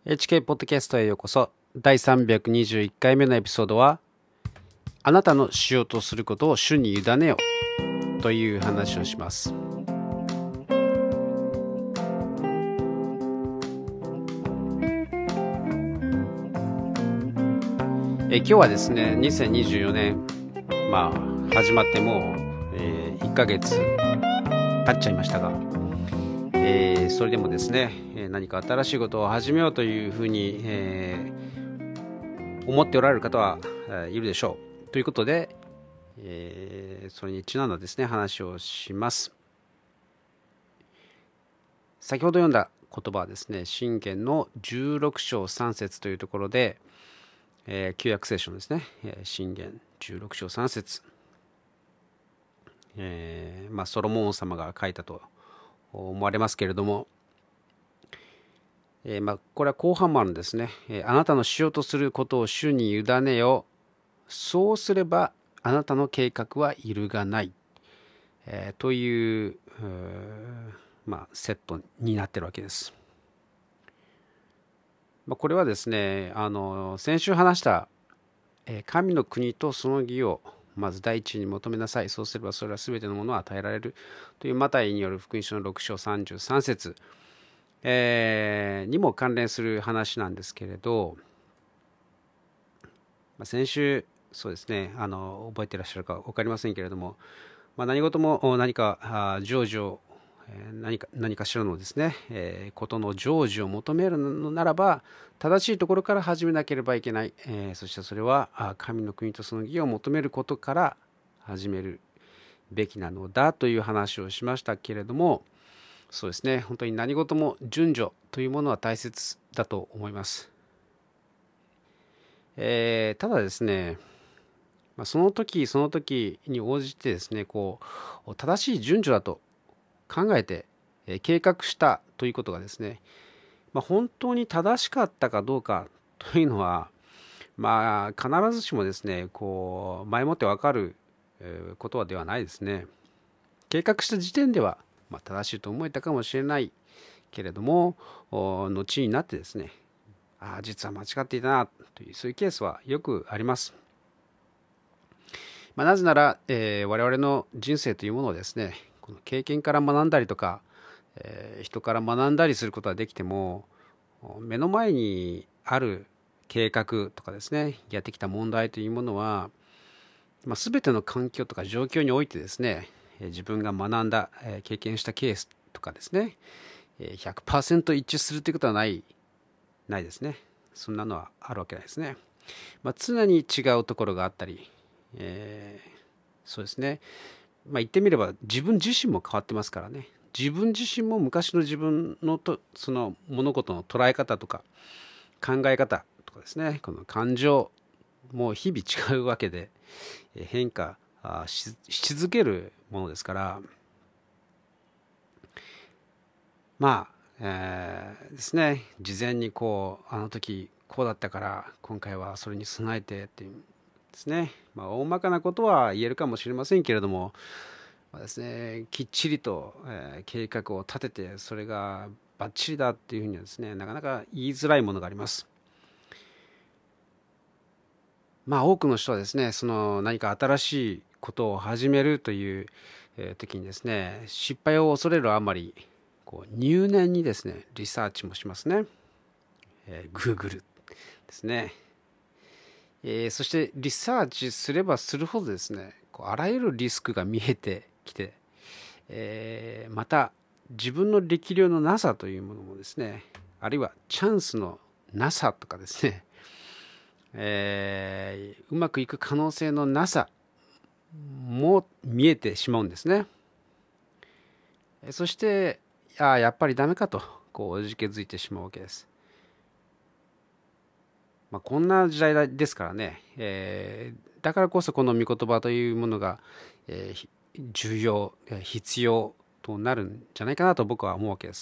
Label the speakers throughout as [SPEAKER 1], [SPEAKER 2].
[SPEAKER 1] HK ポッドキャストへようこそ。第321回目のエピソードは、あなたのしようとすることを主に委ねよという話をします。今日はですね、2024年、始まってもう、1ヶ月経っちゃいましたが、それでもですね、何か新しいことを始めようというふうに、思っておられる方はいるでしょう。ということで、それにちなんだですね、話をします。先ほど読んだ言葉はですね、箴言の16章3節というところで、旧約聖書のですね、箴言16章3節、ソロモン王様が書いたと思われますけれども、これは後半もあるんですね。あなたのしようとすることを主に委ねよ。そうすればあなたの計画は揺るがない、という、セットになってるわけです。これはですね、先週話した、神の国とその義をまず第一に求めなさい。そうすればそれは全てのものを与えられるというマタイによる福音書の6章33節にも関連する話なんですけれど、先週そうですね、覚えていらっしゃるか分かりませんけれども、何事も何か成就を何かしらのですね、ことの成就を求めるのならば正しいところから始めなければいけない、そしてそれは神の国とその義を求めることから始めるべきなのだという話をしましたけれども、そうですね、本当に何事も順序というものは大切だと思います。ただですね、その時その時に応じてですね、正しい順序だと考えて計画したということがですね、本当に正しかったかどうかというのは、必ずしもですね、前もって分かることではないですね。計画した時点では、正しいと思えたかもしれないけれども、後になってですね、実は間違っていたなという、そういうケースはよくあります。なぜなら、我々の人生というものをですね、この経験から学んだりとか、人から学んだりすることはできても、目の前にある計画とかですね、やってきた問題というものは、全ての環境とか状況においてですね、自分が学んだ、経験したケースとかですね、100% 一致するということはないですね。そんなのはあるわけないですね。常に違うところがあったり、そうですね、言ってみれば自分自身も変わってますからね。自分自身も昔の自分のその物事の捉え方とか考え方とかですね、この感情も日々違うわけで、変化し続けるものですから、ですね、事前にあの時こうだったから今回はそれに備えてっていうですね、大まかなことは言えるかもしれませんけれども、ですね、きっちりと、計画を立ててそれがバッチリだっていうふうにはですね、なかなか言いづらいものがあります。多くの人はですね、その何か新しいことを始めるという時にですね、失敗を恐れるあまり入念にですねリサーチもしますね。Google ですね。そしてリサーチすればするほどですね、あらゆるリスクが見えてきて、また自分の力量のなさというものもですね、あるいはチャンスのなさとかですね、うまくいく可能性のなさも見えてしまうんですね。そしてやっぱりダメかとおじけづいてしまうわけです。こんな時代ですからね、だからこそこの御言葉というものが、重要必要となるんじゃないかなと僕は思うわけです。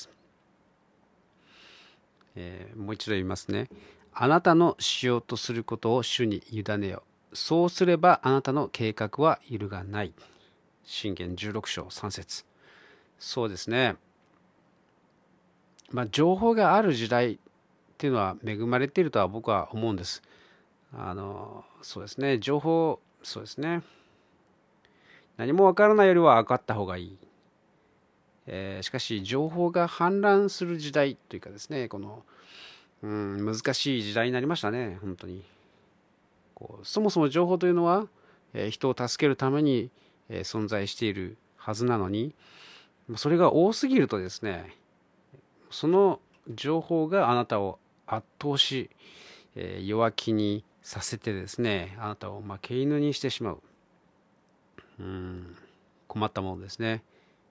[SPEAKER 1] もう一度言いますね。あなたのしようとすることを主に委ねよ。そうすればあなたの計画は揺るがない。箴言16章3節。そうですね。情報がある時代っていうのは恵まれているとは僕は思うんです。そうですね、情報、そうですね、何もわからないよりは分かった方がいい。しかし情報が氾濫する時代というかですね、難しい時代になりましたね、本当に。そもそも情報というのは、人を助けるために、存在しているはずなのに、それが多すぎるとですね、その情報があなたを圧倒し、弱気にさせてですね、あなたを負け犬にしてしまう。困ったものですね。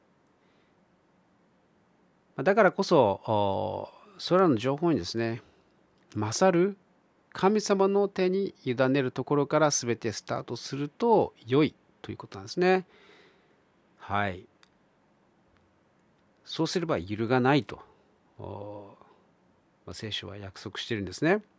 [SPEAKER 1] だからこそ、それらの情報にですね、勝る神様の手に委ねるところから全てスタートすると良いということなんですね。はい。そうすれば揺るがないと、聖書は約束しているんですね。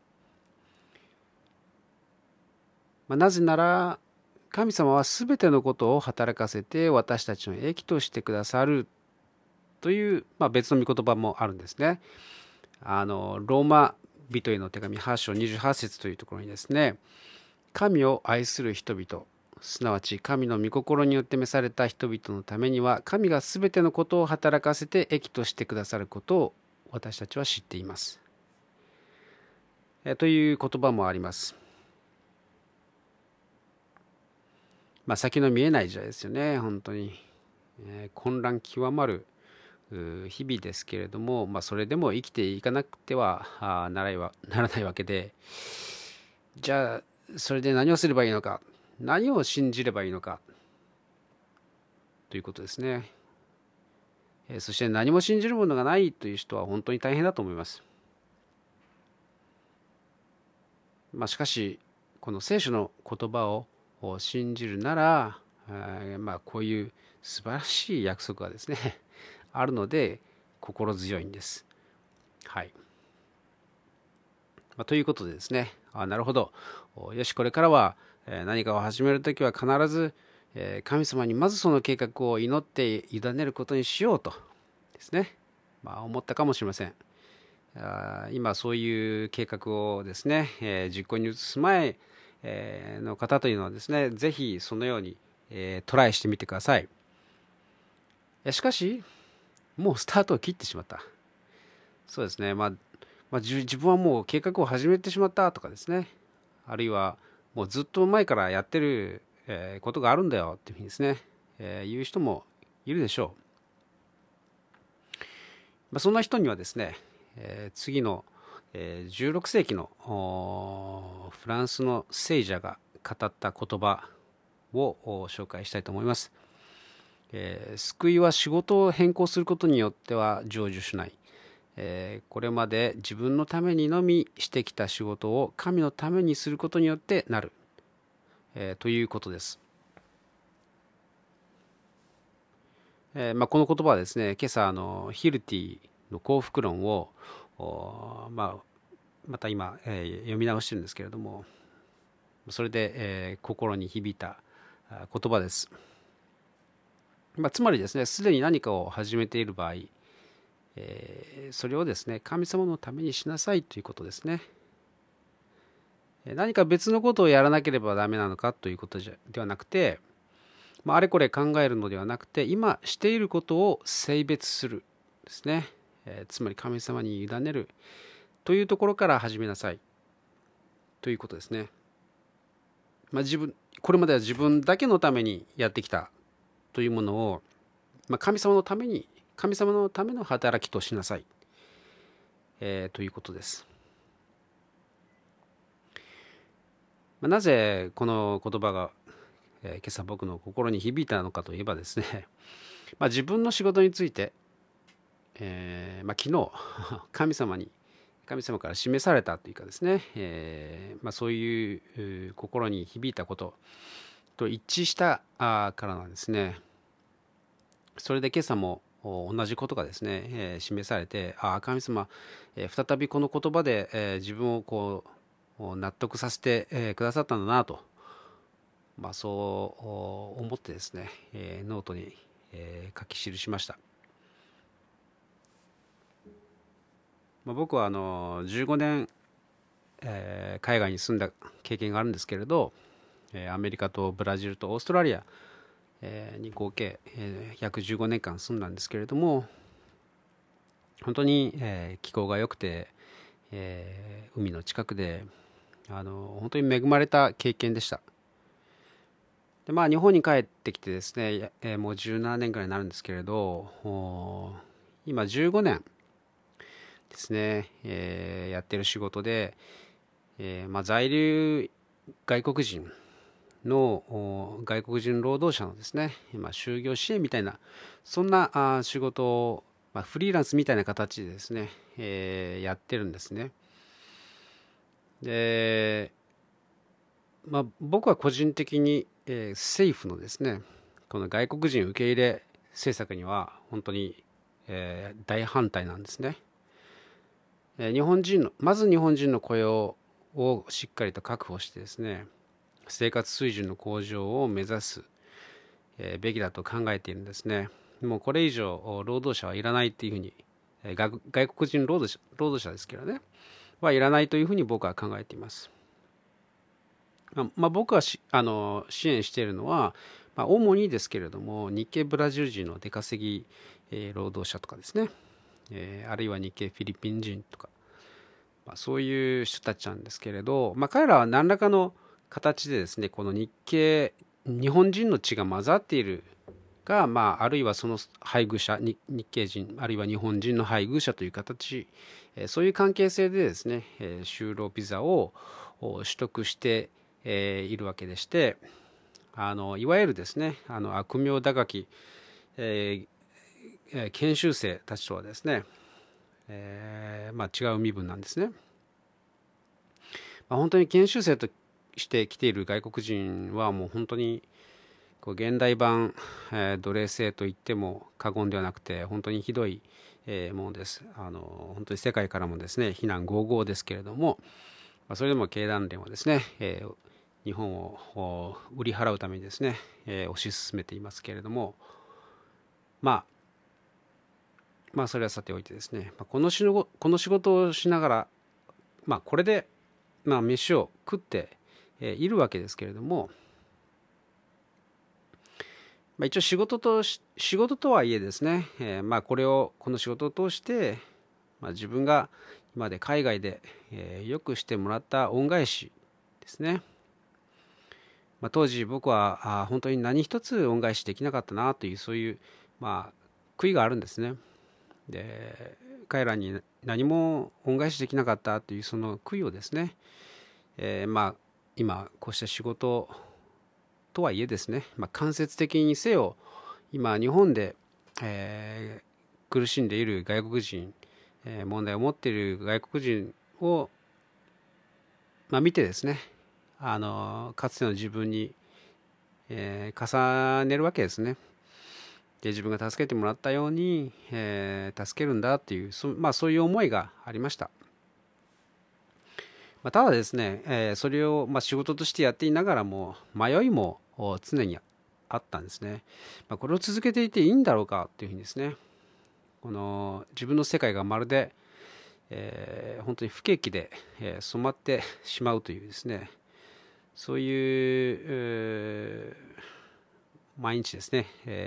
[SPEAKER 1] なぜなら、神様は全てのことを働かせて私たちの益としてくださるという、別の御言葉もあるんですね。ローマ人への手紙8章28節というところにですね、神を愛する人々、すなわち神の御心によって召された人々のためには、神がすべてのことを働かせて益としてくださることを私たちは知っています。という言葉もあります。先の見えない時代ですよね、本当に。混乱極まる日々ですけれども、それでも生きていかなくてはならないわけで、じゃあそれで何をすればいいのか、何を信じればいいのかということですね。そして何も信じるものがないという人は本当に大変だと思います。しかしこの聖書の言葉を信じるなら、こういう素晴らしい約束がですねあるので心強いんです。はい。ということでですね、なるほど、よし、これからは何かを始めるときは必ず神様にまずその計画を祈って委ねることにしようとですね、思ったかもしれません。今そういう計画をですね、実行に移す前の方というのはですね、ぜひそのようにトライしてみてください。しかしもうスタートを切ってしまった。そうですね、自分はもう計画を始めてしまったとかですね、あるいはもうずっと前からやってることがあるんだよっていうふうにですね、言う人もいるでしょう。そんな人にはですね、次の16世紀のフランスの聖者が語った言葉を紹介したいと思います。救いは仕事を変更することによっては成就しない。これまで自分のためにのみしてきた仕事を神のためにすることによってなる、ということです。この言葉はですね、今朝ヒルティの幸福論をまた今、読み直してるんですけれども、それで、心に響いた言葉です。つまりですね、すでに何かを始めている場合、それをですね、神様のためにしなさいということですね。何か別のことをやらなければダメなのかということではなくて、あれこれ考えるのではなくて、今していることを性別するですね。つまり神様に委ねるというところから始めなさいということですね。これまでは自分だけのためにやってきたというものを、神様のための働きとしなさい、ということです。なぜこの言葉が、今朝僕の心に響いたのかといえばですね、自分の仕事について、昨日神様から示されたというかですね、そういう心に響いたことと一致したからなんですね。それで今朝も同じことがですね、示されて、神様、再びこの言葉で、自分を納得させて、くださったんだなと、そう思ってですね、ノートに、書き記しました。 僕は15年、海外に住んだ経験があるんですけれど、アメリカとブラジルとオーストラリア、に合計、約15年間住んだんですけれども、本当に、気候が良くて、海の近くで本当に恵まれた経験でした。で日本に帰ってきてですね、もう17年ぐらいになるんですけれど、今15年ですね、やってる仕事で、在留外国人の外国人労働者のですね、就業支援みたいなそんな仕事を、フリーランスみたいな形でですね、やってるんですね。で、僕は個人的に、政府のですねこの外国人受け入れ政策には本当に、大反対なんですね。まず日本人の雇用をしっかりと確保してですね、生活水準の向上を目指す、べきだと考えているんですね。もうこれ以上労働者はいらないというふうに、外国人労働者ですけどねはいらないというふうに僕は考えています。僕が支援しているのは、主にですけれども日系ブラジル人の出稼ぎ、労働者とかですね、あるいは日系フィリピン人とか、そういう人たちなんですけれど、彼らは何らかの形でですねこの日本人の血が混ざっているか、あるいはその配偶者日系人あるいは日本人の配偶者という形、そういう関係性でですね、就労ビザを取得しているわけでして、いわゆるですね悪名高き、研修生たちとはですね、違う身分なんですね。本当に研修生として来ている外国人はもう本当に現代版、奴隷制といっても過言ではなくて本当にひどい、ものです。本当に世界からもですね非難合々ですけれども、それでも経団連はですね、日本を売り払うためにですね、推し進めていますけれども、それはさておいてですね、この仕事をしながら、これで、飯を食っているわけですけれども、一応仕事とはいえですね、この仕事を通して、自分が今まで海外で、よくしてもらった恩返しですね。当時僕は本当に何一つ恩返しできなかったなというそういう、悔いがあるんですね。で彼らに何も恩返しできなかったというその悔いをですね、今こうした仕事とはいえですね、間接的にせよ今日本で、苦しんでいる外国人、問題を持っている外国人を、見てですねかつての自分に、重ねるわけですね。で自分が助けてもらったように、助けるんだっていうそういう思いがありました。ただですね、それを、仕事としてやっていながらも迷いも常にあったんですね。これを続けていていいんだろうかというふうにですね、この自分の世界がまるで、本当に不景気で、染まってしまうというですね、そういう、毎日ですね、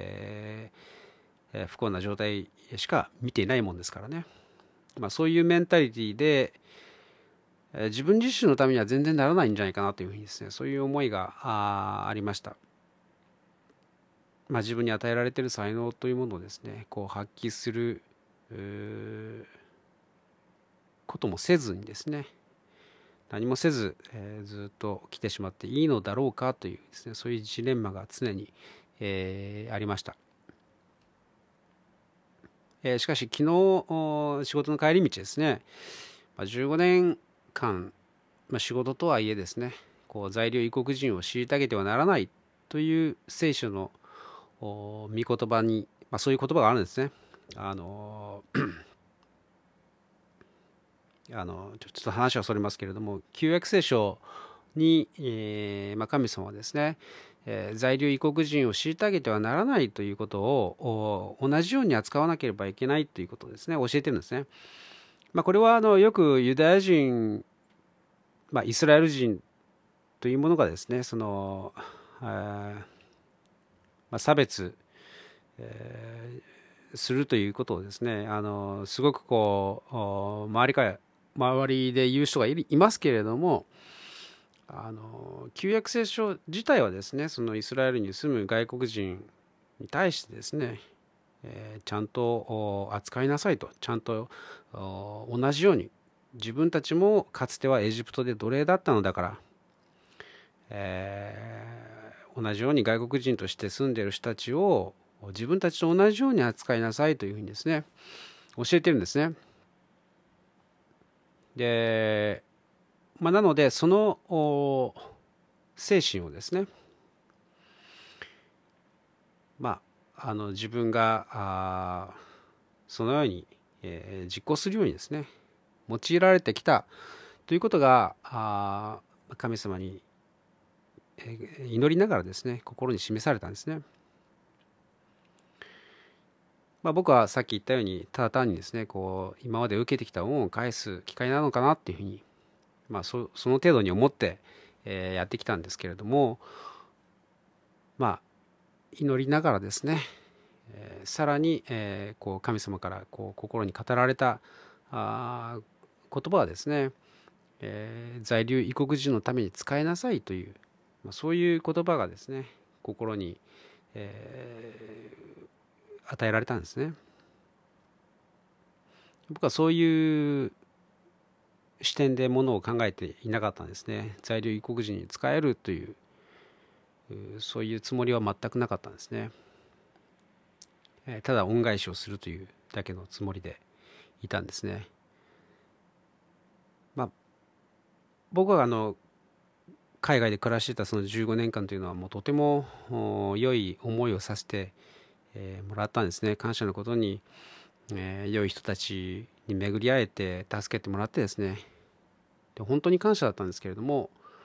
[SPEAKER 1] 不幸な状態しか見ていないもんですからね、そういうメンタリティで、自分自身のためには全然ならないんじゃないかなというふうにですね、そういう思いがありました。自分に与えられている才能というものをですね発揮することもせずにですね、何もせず、ずっと来てしまっていいのだろうかというですね、そういうジレンマが常に、ありました。しかし昨日仕事の帰り道ですね、15年間、仕事とはいえですね在留異国人を虐げてはならないという聖書の御言葉に、そういう言葉があるんですね。ちょっと話はそれますけれども、旧約聖書に、神様はですね、在留異国人を虐げてはならないということを同じように扱わなければいけないということをですね教えてるんですね。 これはよくユダヤ人、イスラエル人というものがですね、差別、するということをですね、すごく周りで言う人がいますけれども、旧約聖書自体はですね、そのイスラエルに住む外国人に対してですね、ちゃんと扱いなさいと、ちゃんと同じように、自分たちもかつてはエジプトで奴隷だったのだから、同じように外国人として住んでいる人たちを自分たちと同じように扱いなさいというふうにですね、教えてるんですね。で、なのでその精神をですね、自分がそのように、実行するようにですね、用いられてきたということが神様に祈りながらですね、心に示されたんですね。僕はさっき言ったように、ただ単にですね、今まで受けてきた恩を返す機会なのかなっていうふうに、その程度に思って、やってきたんですけれども、祈りながらですね、さらに、神様から心に語られた言葉はですね、在留異国人のために使いなさいという、そういう言葉がですね、心に、与えられたんですね。僕はそういう視点でものを考えていなかったんですね。在留異国人に使えるという、そういうつもりは全くなかったんですね。ただ恩返しをするというだけのつもりでいたんですね。僕は海外で暮らしていたその15年間というのはもうとても良い思いをさせてもらったんですね。感謝のことに、良い人たちに巡り会えて助けてもらってですね、で本当に感謝だったんですけれども、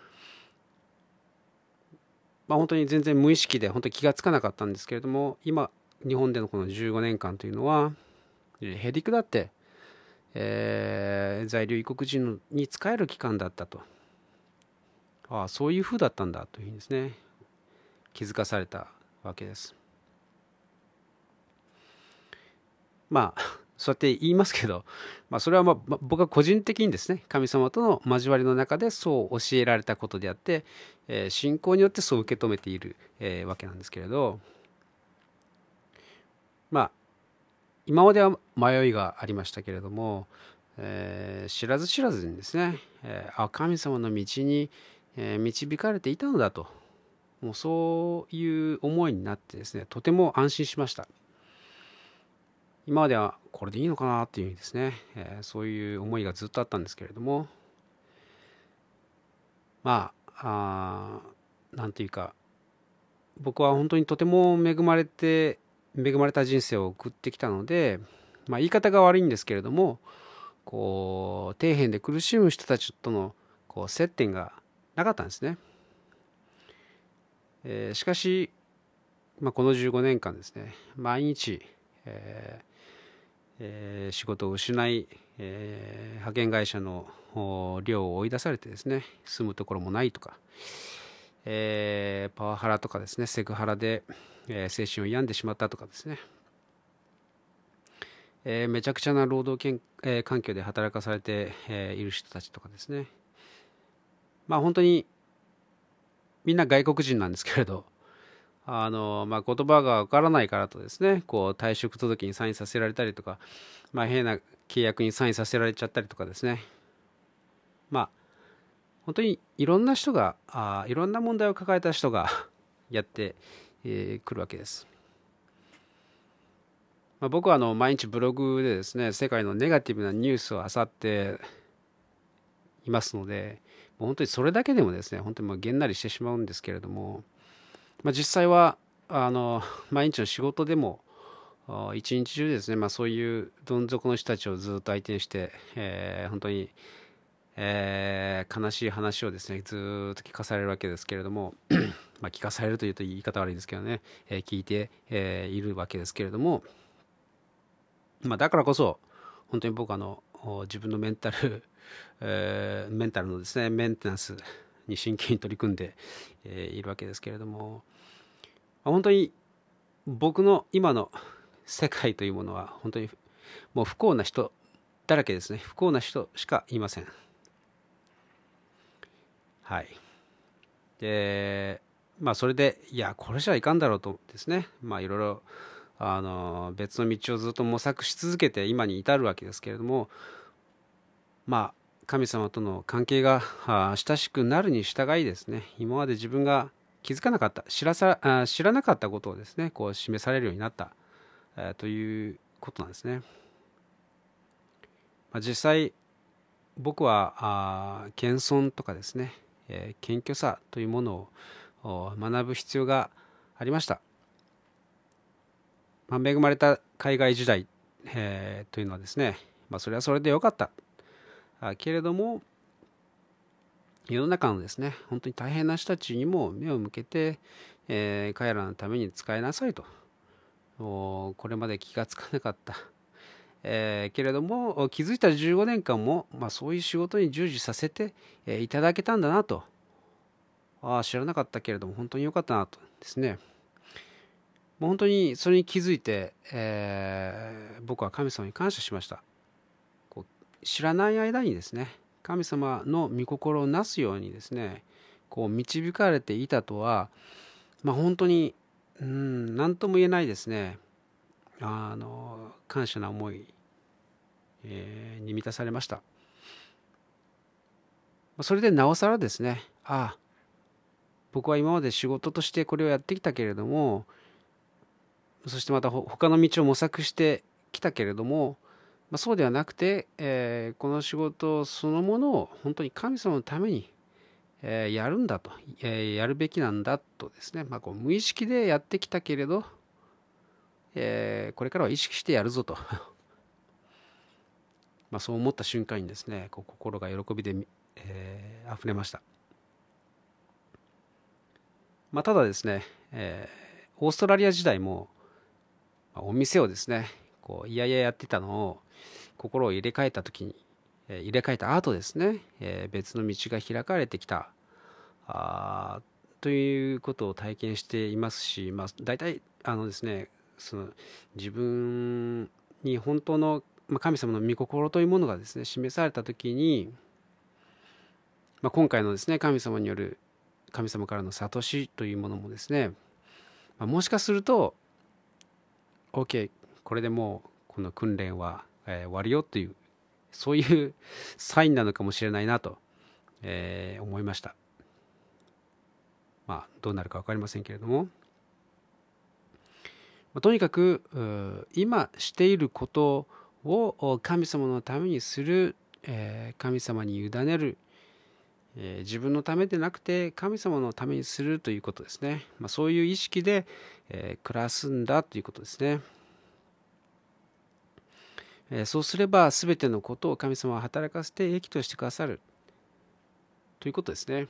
[SPEAKER 1] 本当に全然無意識で本当に気がつかなかったんですけれども、今日本でのこの15年間というのはへりくだって、在留異国人に仕える期間だったと、そういう風だったんだというふうにですね、気づかされたわけです。そうやって言いますけど、それは僕は個人的にですね、神様との交わりの中でそう教えられたことであって、信仰によってそう受け止めている、わけなんですけれど、今までは迷いがありましたけれども、知らず知らずにですね、神様の道に、導かれていたのだと、もうそういう思いになってですね、とても安心しました。今まではこれでいいのかなっていうですね、そういう思いがずっとあったんですけれども、なんていうか、僕は本当にとても恵まれた人生を送ってきたので、言い方が悪いんですけれども、底辺で苦しむ人たちとの接点がなかったんですね。しかし、この15年間ですね、毎日、仕事を失い、派遣会社の寮を追い出されてですね、住むところもないとか、パワハラとかですね、セクハラで、精神を病んでしまったとかですね、めちゃくちゃな労働環境で働かされて、いる人たちとかですね、本当にみんな外国人なんですけれど、言葉がわからないからとですね、退職届にサインさせられたりとか、変な契約にサインさせられちゃったりとかですね、本当にいろんな人がいろんな問題を抱えた人がやってくるわけです。僕は毎日ブログでですね、世界のネガティブなニュースを漁っていますので、もう本当にそれだけでもですね、本当にもうげんなりしてしまうんですけれども、実際は毎日の仕事でも一日中ですね、そういうどん底の人たちをずっと相手にして、本当に、悲しい話をですねずっと聞かされるわけですけれども聞かされるというと言い方悪いですけどね、聞いて、いるわけですけれども、だからこそ本当に僕自分のメンタル、メンタルのですねメンテナンスに真剣に取り組んで、いるわけですけれども、本当に僕の今の世界というものは本当にもう不幸な人だらけですね。不幸な人しかいません。はい。で、それでいやこれじゃいかんだろうとですね、いろいろ別の道をずっと模索し続けて今に至るわけですけれども、神様との関係が親しくなるに従いですね、今まで自分が気づかなかった知らなかったことをですねこう示されるようになった、ということなんですね。実際僕は謙遜とかですね、謙虚さというものを学ぶ必要がありました。恵まれた海外時代、というのはですね、それはそれでよかったけれども、世の中のですね本当に大変な人たちにも目を向けて、彼らのために使いなさいと、これまで気がつかなかった、けれども気づいた15年間も、そういう仕事に従事させて、いただけたんだなと、知らなかったけれども本当によかったなとですね、もう本当にそれに気づいて、僕は神様に感謝しました。知らない間にですね神様の御心をなすようにですね導かれていたとは、本当に何とも言えないですね感謝な思い、に満たされました。それでなおさらですね僕は今まで仕事としてこれをやってきたけれども、そしてまた他の道を模索してきたけれども、そうではなくて、この仕事そのものを本当に神様のために、やるんだと、やるべきなんだとですね、無意識でやってきたけれど、これからは意識してやるぞとそう思った瞬間にですね心が喜びで、溢れました。ただですね、オーストラリア時代も、お店をですねいやいややってたのを心を入れ替えた時に、入れ替えた後ですね、別の道が開かれてきたということを体験していますし、大体ですねその自分に本当の神様の御心というものがですね示された時に、今回のですね神様による神様からの諭しというものもですね、もしかすると OK これでもうこの訓練は、終わるよというそういうサインなのかもしれないなと、思いました。どうなるか分かりませんけれども、とにかく今していることを神様のためにする、神様に委ねる、自分のためでなくて神様のためにするということですね、そういう意識で、暮らすんだということですね。そうすれば全てのことを神様は働かせて益としてくださるということですね。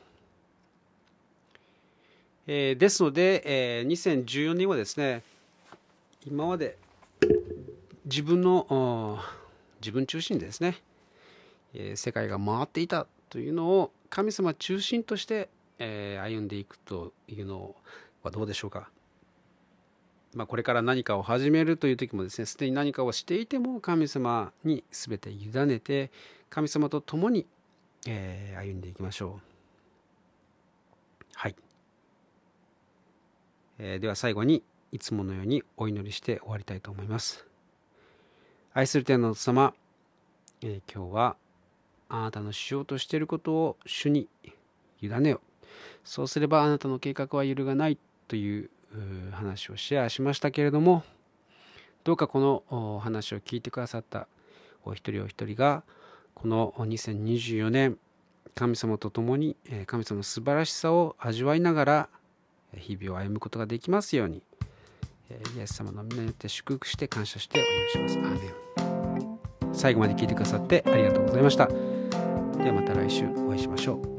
[SPEAKER 1] ですので、2014年はですね今まで自分中心でですね、世界が回っていたというのを神様中心として、歩んでいくというのはどうでしょうか。これから何かを始めるという時もですね、すでに何かをしていても神様に全て委ねて神様と共に、歩んでいきましょう。はい、では最後にいつものようにお祈りして終わりたいと思います。愛する天の様、今日はあなたのしようとしていることを主に委ねよ。そうすればあなたの計画は揺るがないという話をシェアしましたけれども、どうかこの話を聞いてくださったお一人お一人がこの2024年神様と共に神様の素晴らしさを味わいながら日々を歩むことができますように、イエス様の皆によって祝福して感謝してお願いします。アーメン。最後まで聞いてくださってありがとうございました。ではまた来週お会いしましょう。